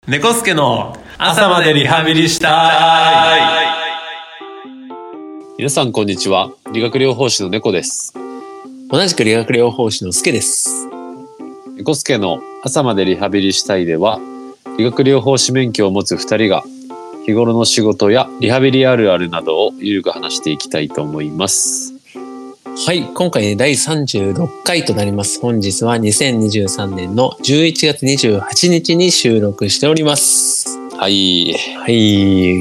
猫助の朝までリハビリしたい。 皆さんこんにちは。理学療法士の猫です。 同じく理学療法士のすけです。 猫助の朝までリハビリしたいでは、理学療法士免許を持つ2人が日頃の仕事やリハビリあるあるなどをゆるく話していきたいと思います。 はい、今回第36回となります。本日は2023年の11月28日に収録しております。 はい。 はい。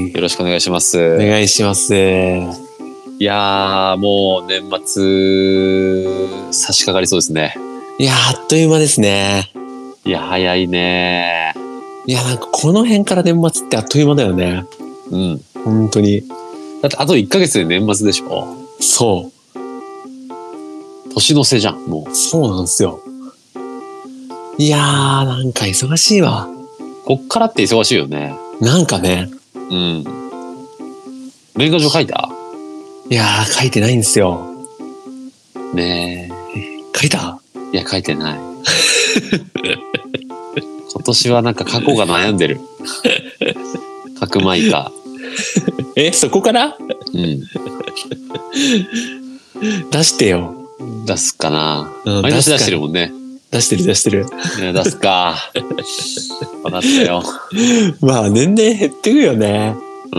よろしくお願いします。 お願いします。 いやー、もう年末差し掛かりそうですね。 いやー、あっという間ですね。 いや、早いね。 いや、なんかこの辺から年末ってあっという間だよね。 うん。 本当に。 だってあと1ヶ月で年末でしょ。 そう。 年の瀬じゃん、もう。 そうなんですよ。いやー、なんか忙しいわ。 こっからって忙しいよね。 なんかね。 うん。年賀状書いた？ いやー、書いてないんですよ。 ねえ。書いた？ いや、書いてない。今年はなんか過去が悩んでる。書くまいか。 そこから？ うん。 出してよ。 出すかな。 うん、 毎年出してるもんね。 出してる。 ね、出すか。分かったよ。 まあ年々減ってくよね。 うん。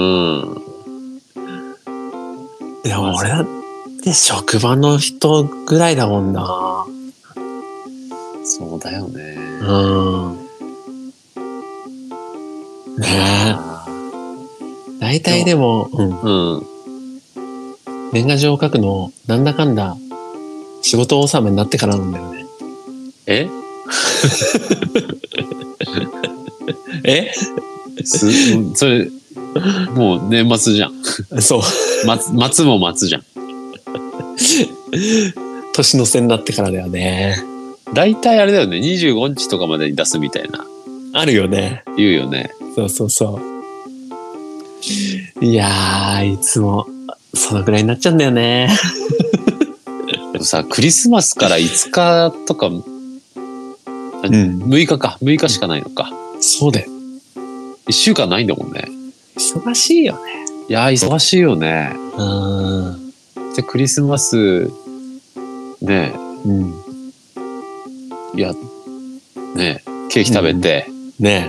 でも俺だって職場の人ぐらいだもんな。 そうだよね。 うん。ねえ。大体でも、 うん。 年賀状を書くの、なんだかんだ、仕事納めになってからなんだよね。 えそれ、もう年末じゃん。 そう。 末も末じゃん。 年の瀬になってからだよね。 大体あれだよね。25日とかまでに出すみたいな。 あるよね。 言うよね。 そう。いやー、いつも、そのくらいになっちゃうんだよね。 でもさ、クリスマスから5日とか、6日か。6日しかないのか。 そうだよ。 1週間ないんだもんね。 忙しいよね。 いやー、忙しいよね。で、クリスマス、ねいや、ねケーキ食べて。 ね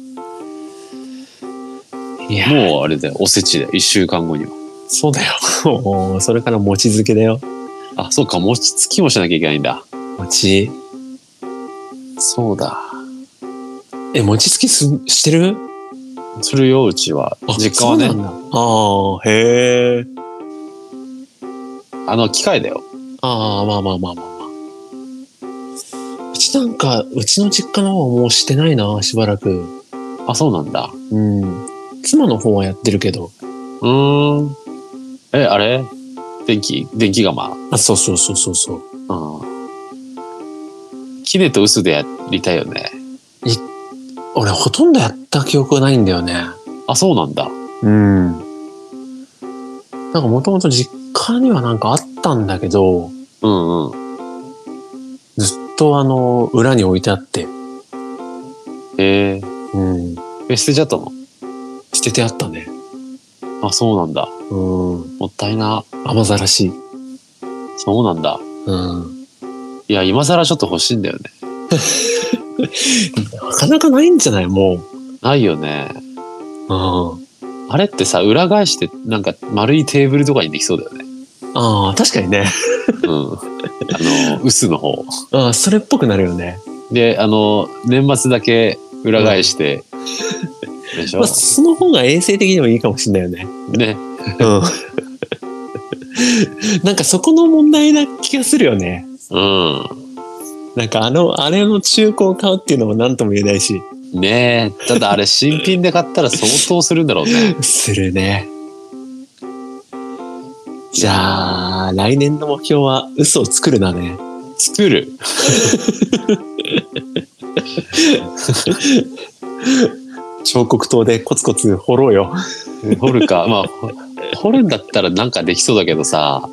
いやもうあれだよ、おせちで、1週間後には。 そうだよ。もうそれから餅漬けだよ。 あ、そうか、餅つきもしなきゃいけないんだ。 餅。 そうだ。 餅つきしてる？ するよ、うちは。実家はね。 そうなんだ。ああ、へえ。 機械だよ。 ああ、まあ。うちなんか、うちの実家の方はもうしてないな、しばらく。 あ、そうなんだ。 妻の方はやってるけど。 あれ？電気釜。 あ、そう。 キネとウスでやりたいよね。 俺ほとんどやった記憶がないんだよね。 あ、そうなんだ。 なんかもともと実家にはなんかあったんだけど、ずっと裏に置いてあって。 へえ。捨てちゃったの？ 捨ててあったね。 あ、そうなんだ。もったいな。 雨ざらし。 そうなんだ。いや、今更ちょっと欲しいんだよね。 なかなかないんじゃない？もう。 ないよね。あれってさ、裏返してなんか丸いテーブルとかにできそうだよね。 ああ、確かにね。 薄の方。 ああ、それっぽくなるよね。 で、年末だけ裏返して、でしょ？ その方が衛生的にもいいかもしれないよね。 ね。 なんかそこの問題な気がするよね。なんかあれの中古を買うっていうのも何とも言えないし。 ねえ。ただあれ新品で買ったら相当するんだろうね。 するね。じゃあ、来年の目標は嘘を作るだね。 作る。 彫刻刀でコツコツ彫ろうよ。 掘るか。まあ、掘るんだったらなんかできそうだけどさ、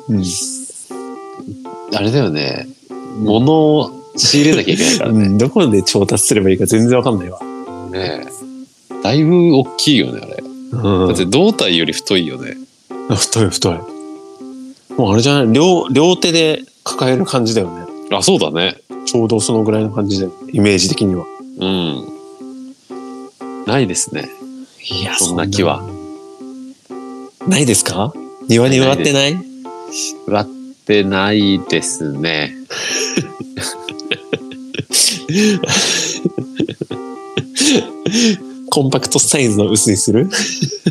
あれだよね。物を仕入れなきゃいけないからね。 どこで調達すればいいか全然わかんないわ。 ねえ。 だいぶ大きいよね、あれ。 うん。 だって胴体より太いよね。 太い太い。もうあれじゃない、両手で抱える感じだよね。 あ、そうだね。 ちょうどそのぐらいの感じだよね。イメージ的には。 うん。ないですね。 いや、 そんな木は。 ないですか？庭に植わってない？ 植わってないですね。 コンパクトサイズの薄にする？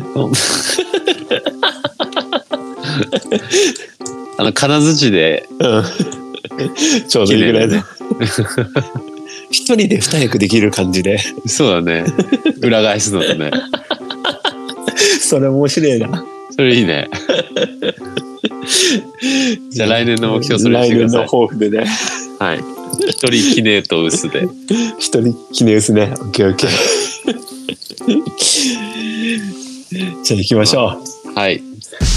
うん。ちょうどいいぐらいで。一人で二役できる感じで。 そうだね。裏返すのとね。 それ面白いな。 それいいね。じゃあ来年の目標それにしてください。 来年の抱負でね。 はい。一人記念と薄で。 一人記念薄ね。オッケーオッケー。じゃあ行きましょう。 はい。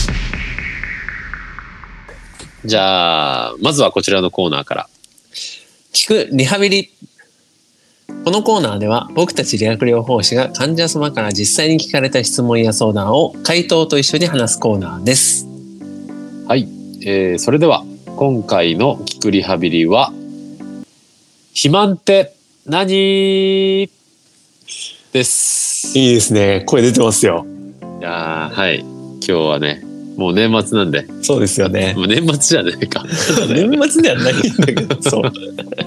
じゃあ、まずはこちらのコーナーから。 聞くリハビリ。このコーナーでは僕たち理学療法士が患者様から実際に聞かれた質問や相談を回答と一緒に話すコーナーです。 はい。それでは、今回の聞くリハビリは、肥満って何？です。 いいですね。声出てますよ。 いやー、はい。今日はね、もう年末なんで。 そうですよね。 もう年末じゃねえか。 年末ではないんだけど、そう。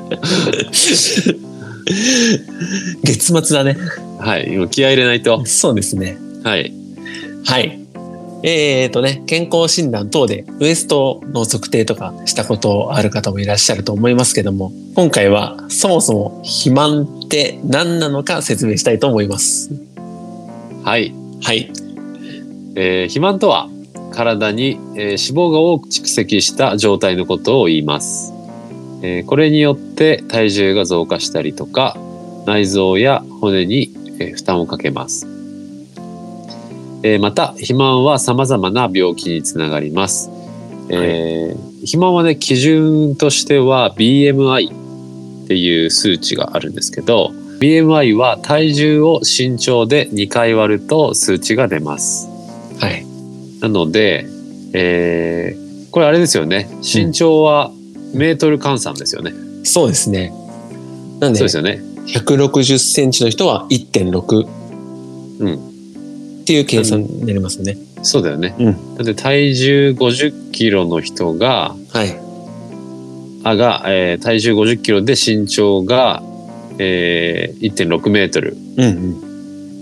月末だね。 はい。今気合い入れないと。 そうですね。 はい。 はい。健康診断等でウエストの測定とかしたことある方もいらっしゃると思いますけども、今回はそもそも肥満って何なのか説明したいと思います。 はい。 はい。 肥満とは体に、脂肪が多く蓄積した状態のことを言います。これによって体重が増加したりとか、内臓や骨に、負担をかけます。また肥満は様々な病気につながります。肥満はね、基準としては BMI っていう数値があるんですけど、BMI は体重を身長で2回割ると数値が出ます。 はい。 なので、これあれですよね。身長はメートル換算ですよね。 そうですね。なんで、 そうですよね。 160センチの人は 1.6。 うん。 っていう計算になりますよね。 そうだよね。 うん。 なので体重50キロの人が、 はい。 体重50キロで身長が、1.6 メートルうんうん。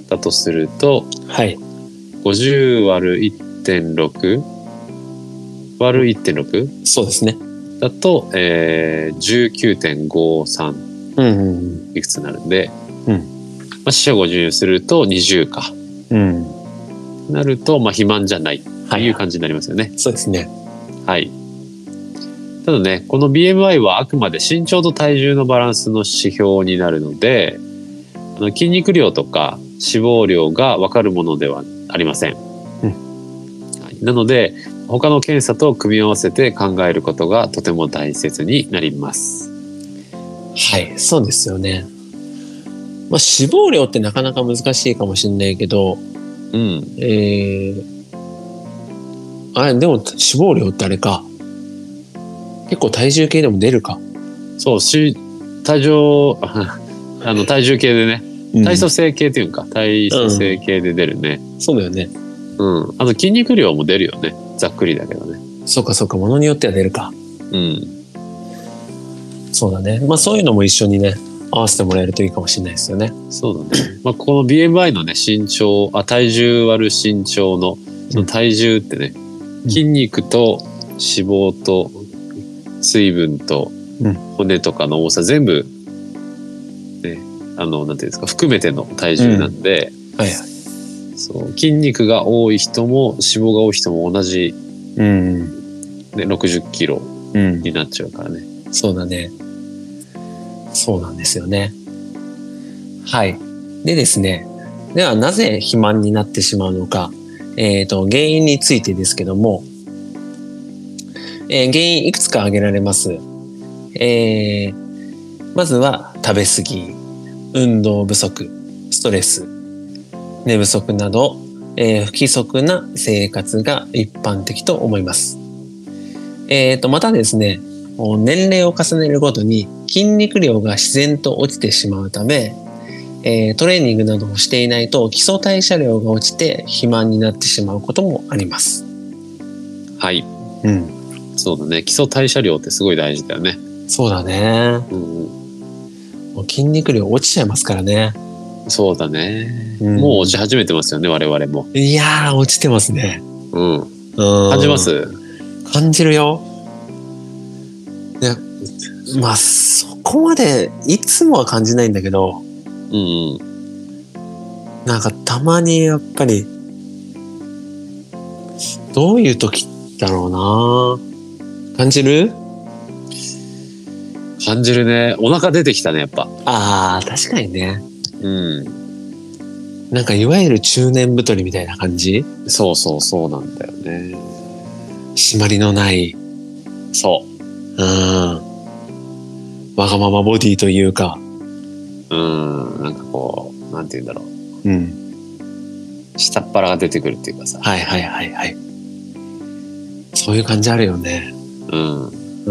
だとすると、 はい。 50割る 1.6 割る 1.6 そうですね。 だと、19.53 うんうんうん。 いくつになるんで、 うん。 まあ、四捨五入すると20か。 うん。 なると、まあ、肥満じゃないという感じになりますよね。 そうですね。 はい。ただね、この BMI はあくまで身長と体重のバランスの指標になるので、筋肉量とか脂肪量が分かるものではありません。はい、なので、他の検査と組み合わせて考えることがとても大切になります。 はい、そうですよね。まあ、脂肪量ってなかなか難しいかもしれないけど、 うん。 あれ、でも脂肪量ってあれか。結構体重計でも出るか。 そう、体重計でね、体組成計っていうか、体組成計で出るね。 そうだよね。 うん。あと筋肉量も出るよね。ざっくりだけどね。 そうかそうか、ものによっては出るか。 うん。 そうだね。まあそういうのも一緒にね、合わせてもらえるといいかもしれないですよね。 そうだね。まあこの BMI のね、体重割る身長の、その体重ってね、筋肉と脂肪と水分と骨とかの重さ全部、ね、なんていうんですか、含めての体重なんで、 はいはい。 そう、筋肉が多い人も脂肪が多い人も同じ、ね、60キロになっちゃうからね。 そうだね。そうなんですよね。はい。でですね。ではなぜ肥満になってしまうのか。原因についてですけども、原因いくつか挙げられます。まずは食べ過ぎ、運動不足、ストレス、 寝不足など、不規則な生活が一般的と思います。またですね、年齢を重ねるごとに筋肉量が自然と落ちてしまうため、トレーニングなどをしていないと基礎代謝量が落ちて肥満になってしまうこともあります。 はい。 うん。 そうだね。基礎代謝量ってすごい大事だよね。 そうだね。もう筋肉量落ちちゃいますからね。 そうだね。 うんもう落ち始めてますよね、我々も。 いやー、落ちてますね。 うん。感じます？ 感じるよ。いや、まあ、そこまで、いつもは感じないんだけど、 うん。 なんかたまにやっぱり、どういう時だろうな。感じる？ 感じるね。お腹出てきたね、やっぱ。 ああ、確かにね。 うん。 なんかいわゆる中年太りみたいな感じ？ そうそうそうなんだよね。 締まりのない、 そわがままボディというか、 う。なんかこう、なんて言うんだろう。 うん。 下っ腹が出てくるっていうかさ。 はいはいはいはい。そういう感じあるよね。 うん。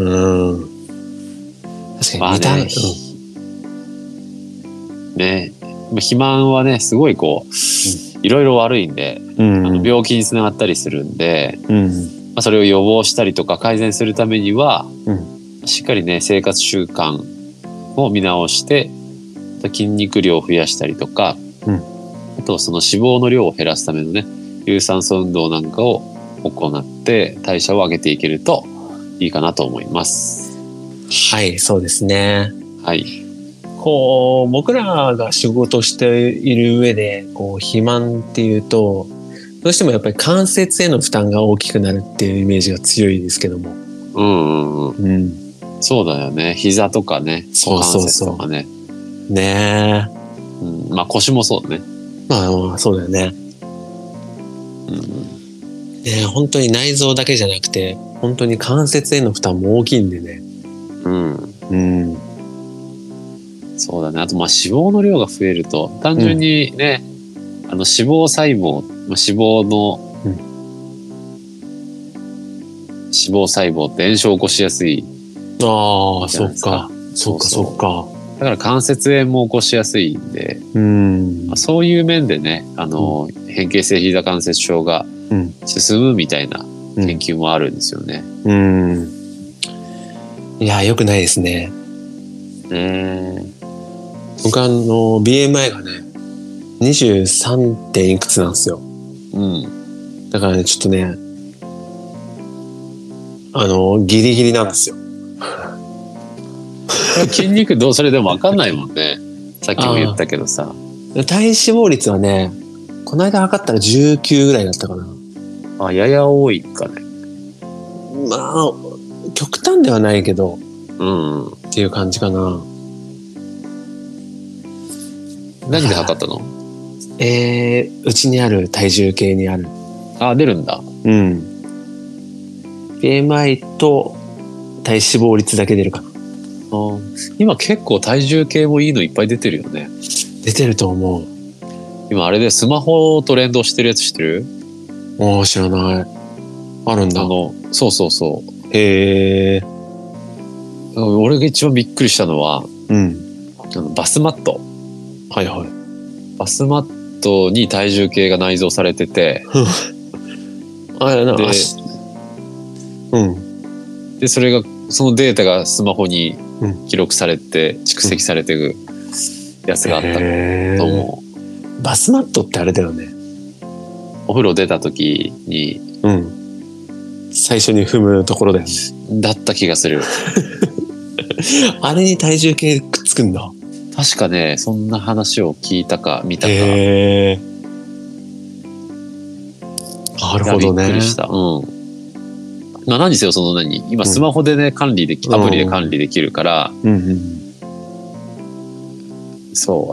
確まあかにね、ね、肥満はね、すごいこう、いろいろ悪いんで、病気につながったりするんで、まあ、それを予防したりとか改善するためには、しっかりね、生活習慣を見直して、筋肉量を増やしたりとか、あとその脂肪の量を減らすためのね、有酸素運動なんかを行って代謝を上げていけるといいかなと思います。 はい、そうですね。 はい。 こう、僕らが仕事している上で、こう、肥満っていうと、どうしてもやっぱり関節への負担が大きくなるっていうイメージが強いですけども。 そうだよね。膝とかね。 そうそうそう。 股関節とかね。 ねえ。まあ腰もそうだね。 まあ、そうだよね。ね、本当に内臓だけじゃなくて、本当に関節への負担も大きいんでね。 そうだね。あとまあ脂肪の量が増えると単純にね、脂肪細胞、脂肪の、脂肪細胞って炎症を起こしやすい。 ああ、そっか。そっかそっか。 だから関節炎も起こしやすいんで、まあ、そういう面でね、変形性膝関節症が進むみたいな研究もあるんですよね。 いや、良くないですね。僕BMI がね、23. 点いくつなんですよ。だからね、ちょっとね、ギリギリなんですよ。 筋肉どうそれでも分かんないもんね。さっきも言ったけどさ。 体脂肪率はね、この間測ったら19ぐらいだったかな。 あ、やや多いかね。 まあ、極端ではないけど、っていう感じかな。 何で測ったの？ うちにある体重計にある。 あ、出るんだ。 BMI と体脂肪率だけ出るかな。 今結構体重計もいいのいっぱい出てるよね。 出てると思う。 今あれでスマホと連動してるやつ知ってる？ 知らない。あるんだ。 そうそうそう。 へえ。 俺が一番びっくりしたのは、バスマット。 はいはい。 バスマットに体重計が内蔵されてて、でそれがそのデータがスマホに記録されて蓄積されていくやつがあったと思う。 バスマットってあれだよね。 お風呂出た時に、 最初に踏むところだよね。 だった気がする。 あれに体重計くっつくんだ。 確かね、そんな話を聞いたか見たか。 なるほどね。 びっくりした。まあ何せよ、その今スマホでね、管理でき、アプリで管理できるから、そう、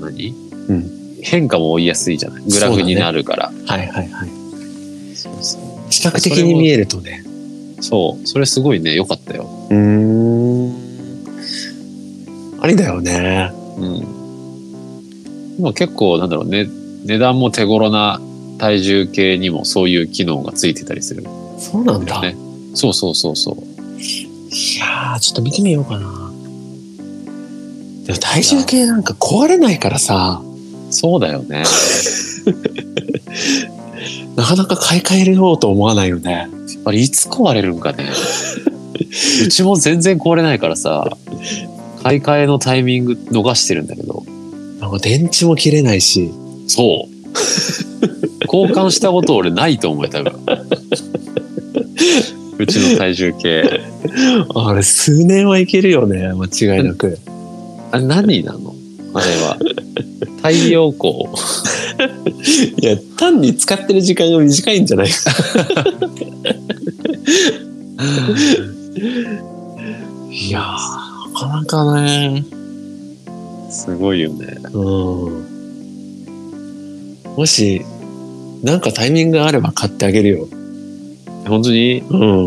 変化も追いやすいじゃない。グラフになるから。 はいはいはい。視覚的に見えるとね。 そう、それすごいね、良かったよ。 ありだよね。 今結構なんだろうね、 値段も手頃な体重計にもそういう機能がついてたりする、 そうなんだ。 ね。そうそうそうそう。 いやー、ちょっと見てみようかな。でも体重計なんか壊れないからさ、 そうだよね。 なかなか買い替えようと思わないよね。 やっぱりいつ壊れるんかね。うちも全然壊れないからさ、買い替えのタイミング逃してるんだけど。 なんか電池も切れないし。 そう。交換したこと俺ないと思うよ、多分。うちの体重計。 あれ数年はいけるよね、間違いなく。 あれ何なのあれは。太陽光。 いや、単に使ってる時間が短いんじゃないか。いやー、なかなかね。 すごいよね。 もし、なんかタイミングがあれば買ってあげるよ。 本当に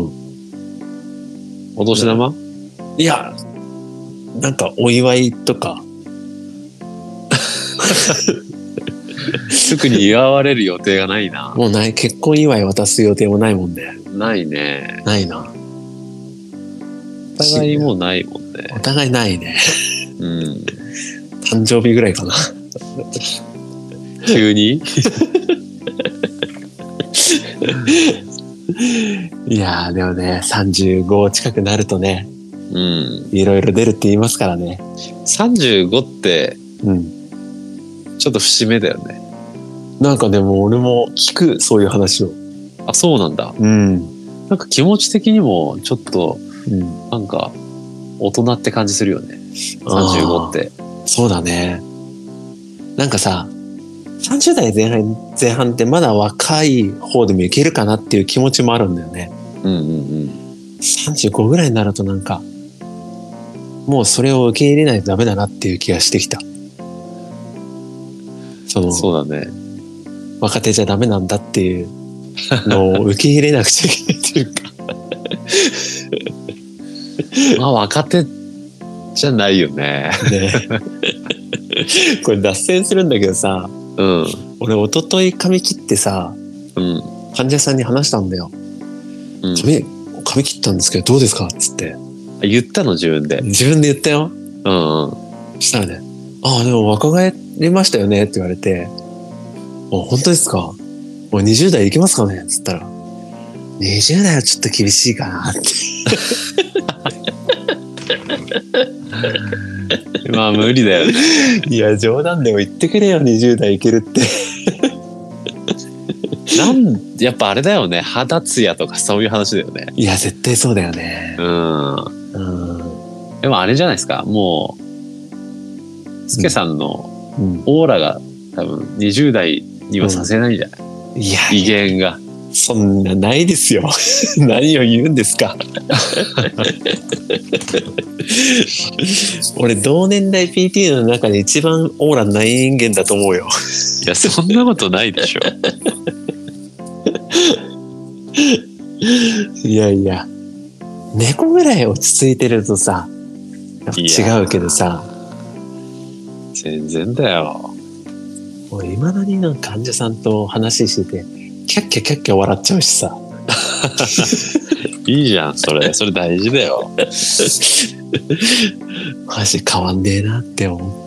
お年玉、 いや、なんかお祝いとか。 特に祝われる予定がないな。 もうない、結婚祝い渡す予定もないもんね。 ないね。 ないな。 お互いもうないもんね。 お互いないね。 うん。 誕生日ぐらいかな。 急にいやー、でもね、35近くなるとね、 うん。 いろいろ出るって言いますからね。 35ってちょっと節目だよね。 なんかでも俺も聞く、そういう話を。 あ、そうなんだ。なんか気持ち的にもちょっとなんか大人って感じするよね。35って。 そうだね。なんかさ、30代前半ってまだ若い方でもいけるかなっていう気持ちもあるんだよね。35ぐらいになるとなんか、もうそれを受け入れないとダメだなっていう気がしてきた。 そうだね。 若手じゃダメなんだっていうのを受け入れなくちゃいけないっていうか。 まあ若手じゃないよね。 ね。これ脱線するんだけどさ、俺一昨日髪切ってさ、患者さんに話したんだよ。髪切ったんですけどどうですかっつって。 言ったの自分で。 自分で言ったよ。そしたらね、ああでも若返りましたよねって言われて、本当ですか？もう20代いけますかねっつったら、20代はちょっと厳しいかなって。 まあ無理だよね。 いや冗談でも言ってくれよ、20代いけるって。 やっぱあれだよね、肌ツヤとかそういう話だよね。 いや絶対そうだよね。 でもあれじゃないですか、もうスケさんのオーラが多分20代にはさせないんじゃない、 いや威厳が。 そんなないですよ。何を言うんですか。俺同年代 PT の中で一番オーラない人間だと思うよ。 いやそんなことないでしょ。 いやいや、猫ぐらい落ち着いてるとさ違うけどさ、 全然だよ。 もう未だになんか患者さんと話しててキャッキャキャッキャ笑っちゃうしさ。 いいじゃん、それ大事だよ。 マジ変わんねえなって思って、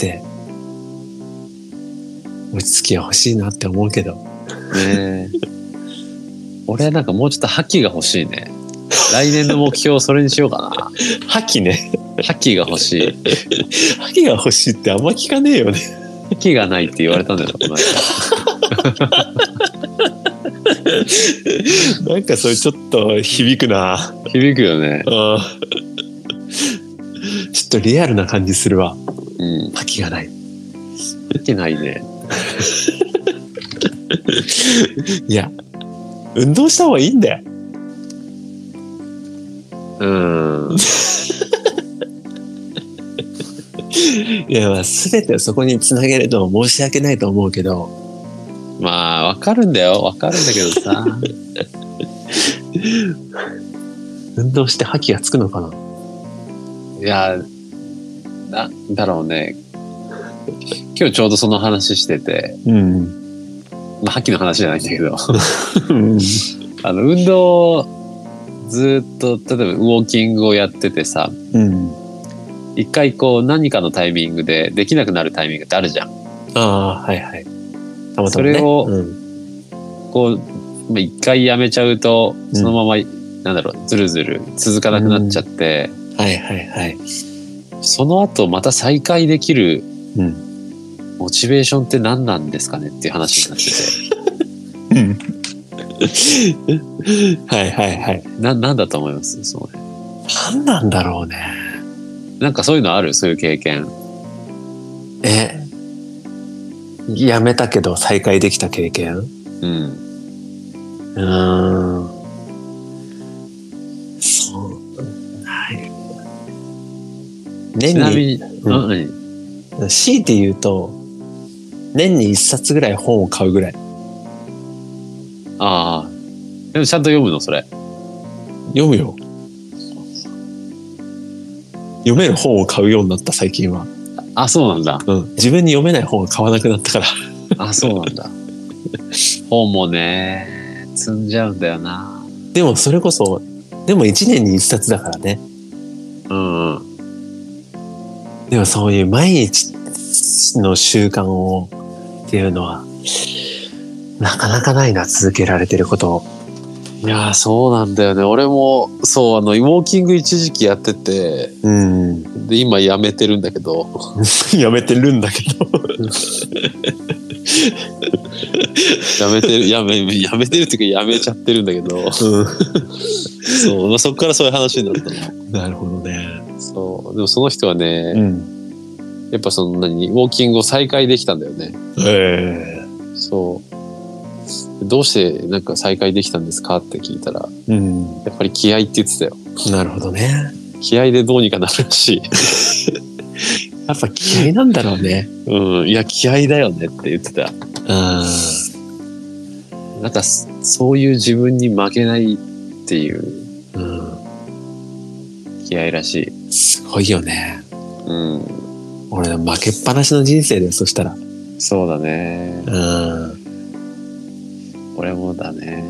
落ち着きは欲しいなって思うけどね。俺なんかもうちょっと覇気が欲しいね。来年の目標それにしようかな。 覇気ね。 覇気が欲しい。 覇気が欲しいってあんま聞かねえよね。 覇気がないって言われたんだよ、この間。 なんかそれちょっと響くな。 響くよね。 ちょっとリアルな感じするわ。覇気がない。 覇気ないね。 いや、運動した方がいいんだよ。いや、まあ全てをそこにつなげると申し訳ないと思うけど、 まあわかるんだけどさ。 運動して覇気がつくのかな。 いや、なんだろうね。今日ちょうどその話してて、 まあ、覇気の話じゃないんだけどうん運動ずっと例えばウォーキングをやっててさ、一回こう何かのタイミングでできなくなるタイミングってあるじゃん。 ああ、はいはい。たまたまね。 それをこう一回やめちゃうとそのまま、なんだろう、ずるずる続かなくなっちゃって、 はいはいはい。 その後また再開できるモチベーションって何なんですかねっていう話になっててはいはいはい。 なんだと思います？そうね。 何なんだろうね。 なんかそういうのある？そういう経験。 やめたけど再開できた経験？そう。はい。 ちなみに、 強いて言うと、年に一冊ぐらい本を買うぐらい。 ああ。でもちゃんと読むのそれ？ 読むよ。読める本を買うようになった最近は。 あ、そうなんだ。 自分に読めない本を買わなくなったから。あ、 そうなんだ。本もね、積んじゃうんだよな。 でもそれこそ、でも1年に1冊だからね。でもそういう毎日の習慣をっていうのは、なかなかないな、続けられてることを。 いやー、そうなんだよね。俺もそうウォーキング一時期やってて、で今やめてるんだけどやめてるんだけどやめてるっていうかやめちゃってるんだけど、そう、まあ、そっからそういう話になったの。 なるほどね。 そうでもその人はね、やっぱそんなにウォーキングを再開できたんだよね。そうどうしてなんか再開できたんですかって聞いたら、やっぱり気合って言ってたよ。 なるほどね。 気合でどうにかなるらしい。 やっぱ気合なんだろうね。 いや気合だよねって言ってた。なんかそういう自分に負けないっていう、気合らしい。 すごいよね。俺負けっぱなしの人生だよ、そしたら。 そうだね。俺もだね。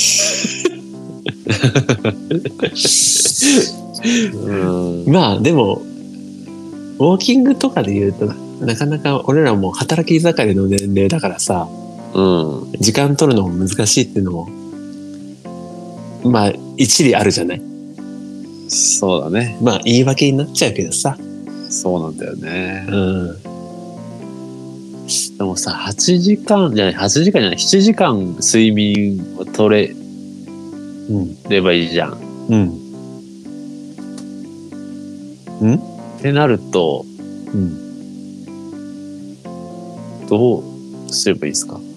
まあでもウォーキングとかで言うとなかなか俺らも働き盛りの年齢だからさ、時間取るのも難しいっていうのもまあ一理あるじゃない。 そうだね。 まあ言い訳になっちゃうけどさ。 そうなんだよね。でもさ、7時間じゃない、7時間睡眠を取れればいいじゃん。ってなると、どうすればいいですか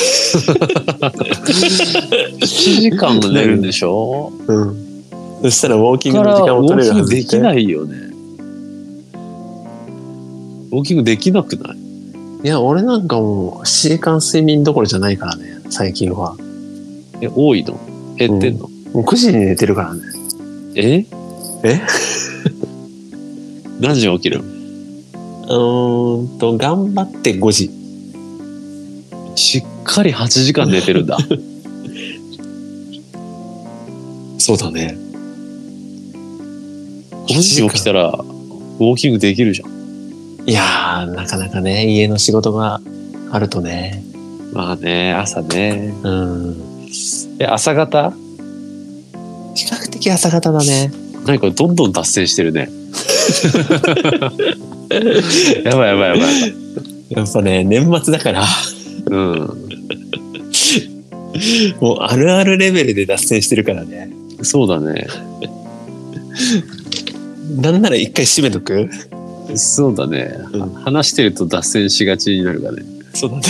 ？7時間も寝るんでしょ？ そしたらウォーキングの時間も取れるはずできないよね。ウォーキングできなくない？ いや、俺なんかもう7時間睡眠どころじゃないからね、最近は。 多いの？減ってんの？ もう9時に寝てるからね。 何時に起きる？ 頑張って5時。 しっかり8時間寝てるんだ。 そうだね。 5時に起きたらウォーキングできるじゃん。 いやー、なかなかね、家の仕事があるとね。 まあね、朝ね。朝方？ 比較的朝方だね。 何かどんどん脱線してるね。やばい。 やっぱね、年末だから。もうあるあるレベルで脱線してるからね。 そうだね。 なんなら一回締めとく？ そうだね、話してると脱線しがちになるからね。 そうだね。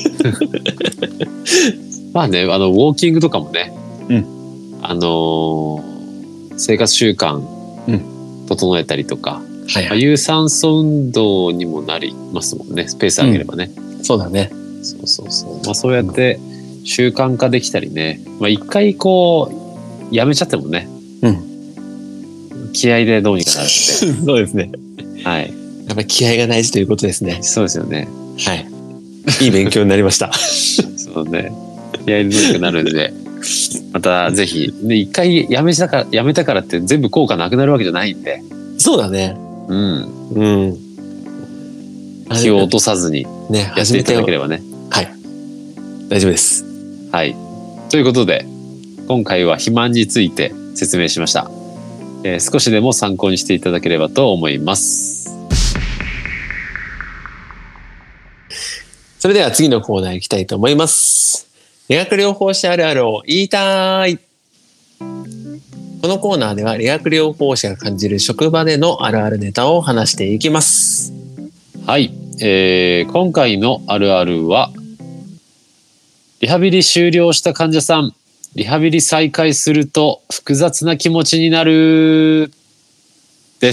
まあね、ウォーキングとかもね、生活習慣整えたりとか、有酸素運動にもなりますもんね、スペース上げればね。 そうだね。 まあそうやって習慣化できたりね、まあ一回こうやめちゃってもね、気合でどうにかなるって。 そうですね。はい。やっぱり気合が大事ということですね。 そうですよね。 はい。いい勉強になりました。 そうそうね。やりづらくなるんで、またぜひ、ね、一回やめたからって全部効果なくなるわけじゃないんで。 そうだね。 うん。 うん。 気を落とさずにね、 やっていただければね。 はい。大丈夫です。 はい。ということで、今回は肥満について説明しました。少しでも参考にしていただければと思います。 それでは次のコーナー行きたいと思います。理学療法士あるあるを言いたい。このコーナーでは理学療法士が感じる職場でのあるあるネタを話していきます。 はい。今回のあるあるは、リハビリ終了した患者さん、リハビリ再開すると複雑な気持ちになるです。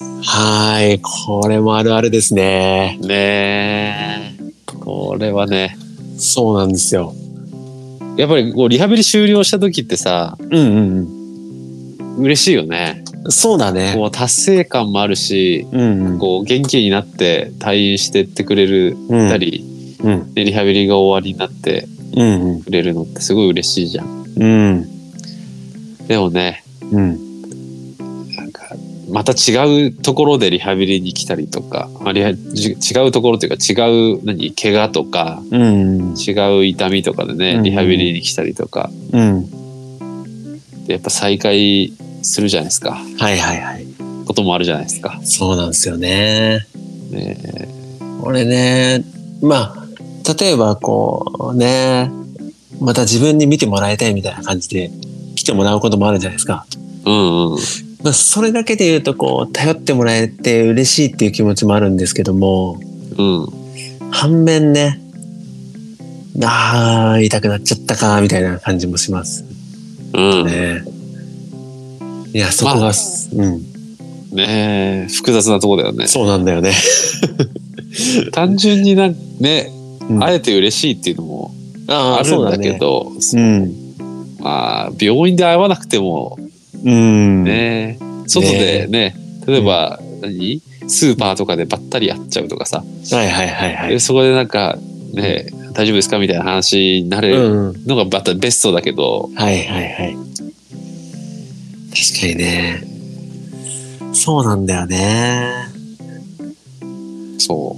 はい。これもあるあるですね。 ねえ。これはね。 そうなんですよ。 やっぱりこうリハビリ終了した時ってさ、嬉しいよね。 そうだね。 こう達成感もあるし、こう元気になって退院してってくれるたり、でリハビリが終わりになってくれるのってすごい嬉しいじゃん。でもね、なんかまた違うところでリハビリに来たりとか、違うところというか違う怪我とか、違う痛みとかでね、リハビリに来たりとか、でやっぱ再開するじゃないですか。はいはいはい。こともあるじゃないですか。 そうなんですよね。俺ね、まあ例えばこうね、また自分に見てもらいたいみたいな感じで来てもらうこともあるじゃないですか。まあそれだけで言うとこう頼ってもらえて嬉しいっていう気持ちもあるんですけども、反面ね、痛くなっちゃったかみたいな感じもします。いや、そこが、 ねえ、複雑なとこだよね。 そうなんだよね。 単純にね、会えて嬉しいっていうのもあるんだけど、まあ病院で会わなくても、ね、外でね、例えばスーパーとかでばったり会っちゃうとかさ、そこでなんかね、大丈夫ですかみたいな話になれるのがまたベストだけど、 確かにね。そうなんだよね。 そう。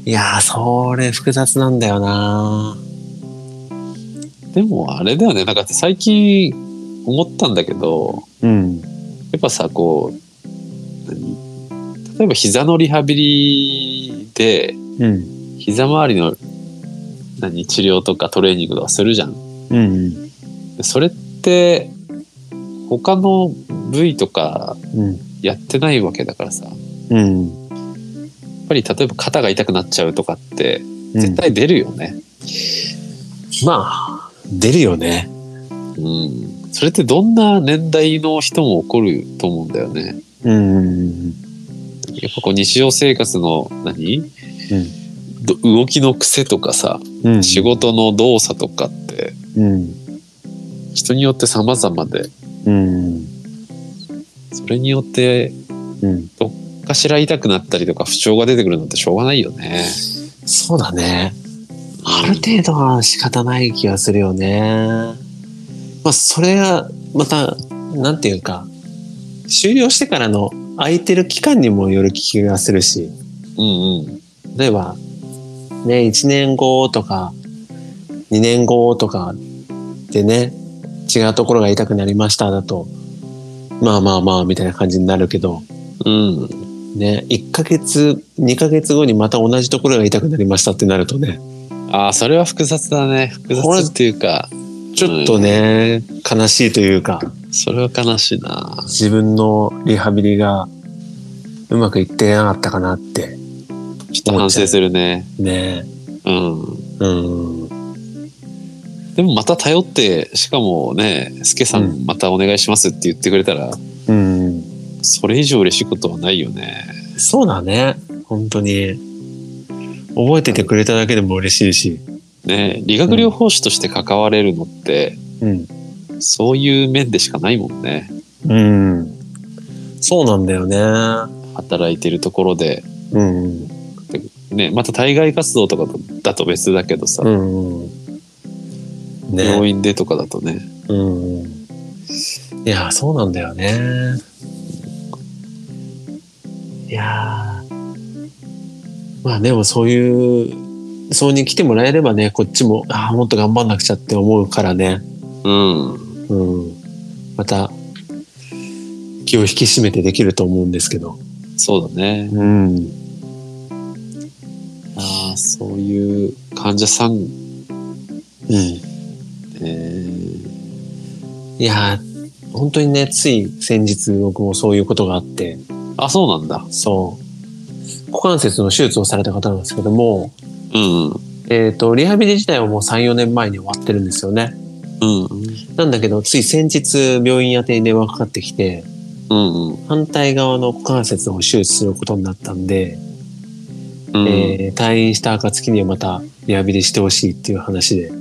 いやー、それ複雑なんだよな。 でもあれだよね。なんか最近思ったんだけど、やっぱさ、こう、例えば膝のリハビリで、膝周りの治療とかトレーニングとかするじゃん。それって他の部位とかやってないわけだからさ、やっぱり例えば肩が痛くなっちゃうとかって絶対出るよね。 まあ出るよね。 それってどんな年代の人も起こると思うんだよね。やっぱこう日常生活の動きの癖とかさ、仕事の動作とかって、人によって様々で、それによってどっかしら痛くなったりとか不調が出てくるのってしょうがないよね。 そうだね。ある程度は仕方ない気がするよね。まあそれはまたなんていうか終了してからの空いてる期間にもよる気がするし、例えばね、1年後とか2年後とかでね、違うところが痛くなりましただとまあみたいな感じになるけど、ね、1ヶ月2ヶ月後にまた同じところが痛くなりましたってなるとね、 それは複雑だね。複雑っていうかちょっとね、悲しいというか、 それは悲しいな。 自分のリハビリがうまくいってなかったかなってちょっと反省するね。でもまた頼って、しかもね、スケさんまたお願いしますって言ってくれたら、それ以上嬉しいことはないよね。 そうだね。本当に覚えててくれただけでも嬉しいし。 ね、理学療法士として関われるのって、そういう面でしかないもんね。 そうなんだよね。 働いてるところで、ね、また対外活動とかだと別だけどさ、 病院でとかだとね。 いや、そうなんだよね。いやまあでもそうに来てもらえればね、こっちももっと頑張んなくちゃって思うからね。また気を引き締めてできると思うんですけど。 そうだね。そういう患者さん。いや本当にね、つい先日僕もそういうことがあって。 そうなんだ。 そう。股関節の手術をされた方なんですけども、リハビリ自体はもう3、4年前に終わってるんですよね。なんだけど、つい先日病院宛てに電話かかってきて、反対側の股関節を手術することになったんで、退院した暁にはまたリハビリしてほしいっていう話で、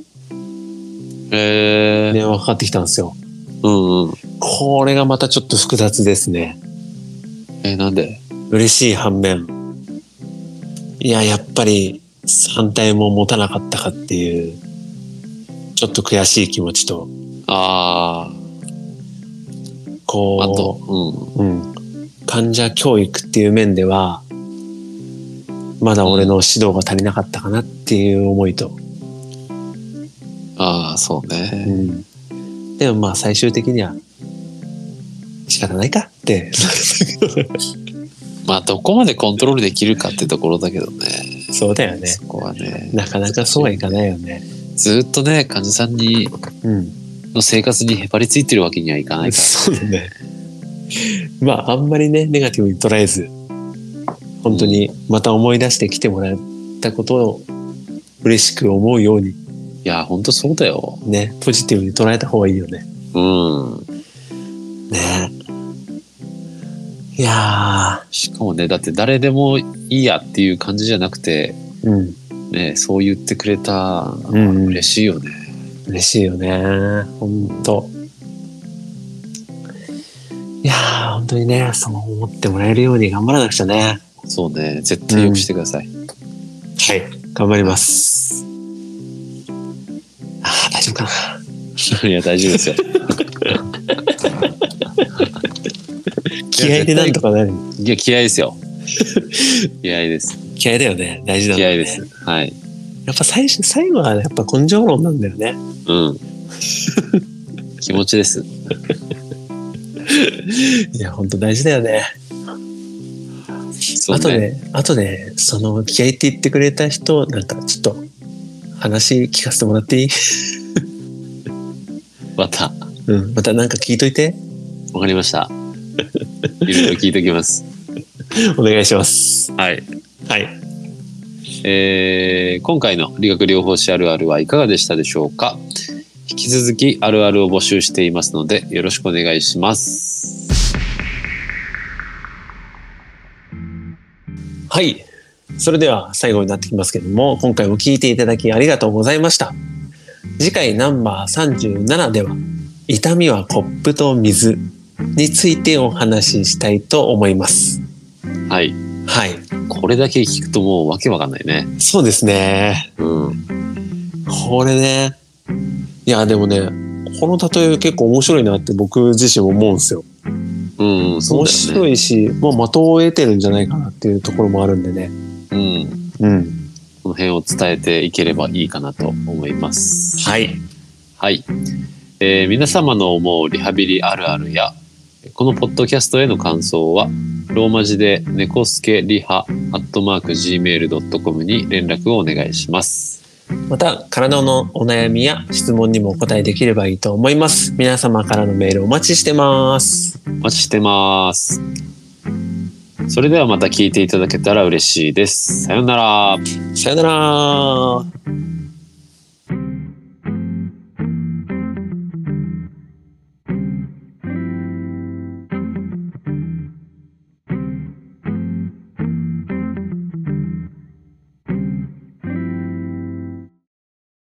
電話かかってきたんですよ。これがまたちょっと複雑ですね。 なんで？ 嬉しい反面、やっぱり反対も持たなかったかっていうちょっと悔しい気持ちと、患者教育っていう面ではまだ俺の指導が足りなかったかなっていう思いと、 そうね。 でもまあ最終的には仕方ないかってどこまでコントロールできるかってところだけどね。 そうだよね。 そこはね、 なかなかそうはいかないよね。 ずっとね、患者さんに、の生活にへばりついてるわけにはいかないから、 そうだね。あんまりね、ネガティブに捉えず、本当にまた思い出してきてもらったことを嬉しく思うように。 いや、本当そうだよ。 ね、ポジティブに捉えた方がいいよね。ね。いやしかもね、だって誰でもいいやっていう感じじゃなくて、ね、そう言ってくれたのは嬉しいよね。 嬉しいよね。本当。いやー、本当にね、そう思ってもらえるように頑張らなくちゃね。 そうね、絶対よくしてください。 はい、頑張ります。大丈夫かな。 いや、大丈夫ですよ。 気合でなんとかなる。 いや、気合ですよ。気合です。 気合だよね。大事だもんね。 気合です。はい。 やっぱ最後はやっぱ根性論なんだよね。 気持ちです。 いや、本当大事だよね。あとで、その気合って言ってくれた人、なんかちょっと話聞かせてもらっていい？ またなんか聞いといて。 わかりました。いろいろ聞いときます。 お願いします。 はい。 はい。 今回の理学療法士あるあるはいかがでしたでしょうか？引き続きあるあるを募集していますのでよろしくお願いします。 はい。それでは最後になってきますけども、今回も聞いていただきありがとうございました。次回ナンバー37では、痛みはコップと水についてお話ししたいと思います。 はい。 はい。 これだけ聞くともうわけわかんないね。 そうですね。これね。いや、でもね、この例え結構面白いなって僕自身思うんですよ。 そうだよね。 面白いし、的を得てるんじゃないかなっていうところもあるんでね。 この辺を伝えていければいいかなと思います。 はい。 はい。皆様の思うリハビリあるあるや、このポッドキャストへの感想は、ローマ字で猫助リハ@gmail.com に連絡をお願いします。 また、体のお悩みや質問にもお答えできればいいと思います。皆様からのメールお待ちしてます。 お待ちしてます。それではまた聞いていただけたら嬉しいです。さようなら。 さようなら。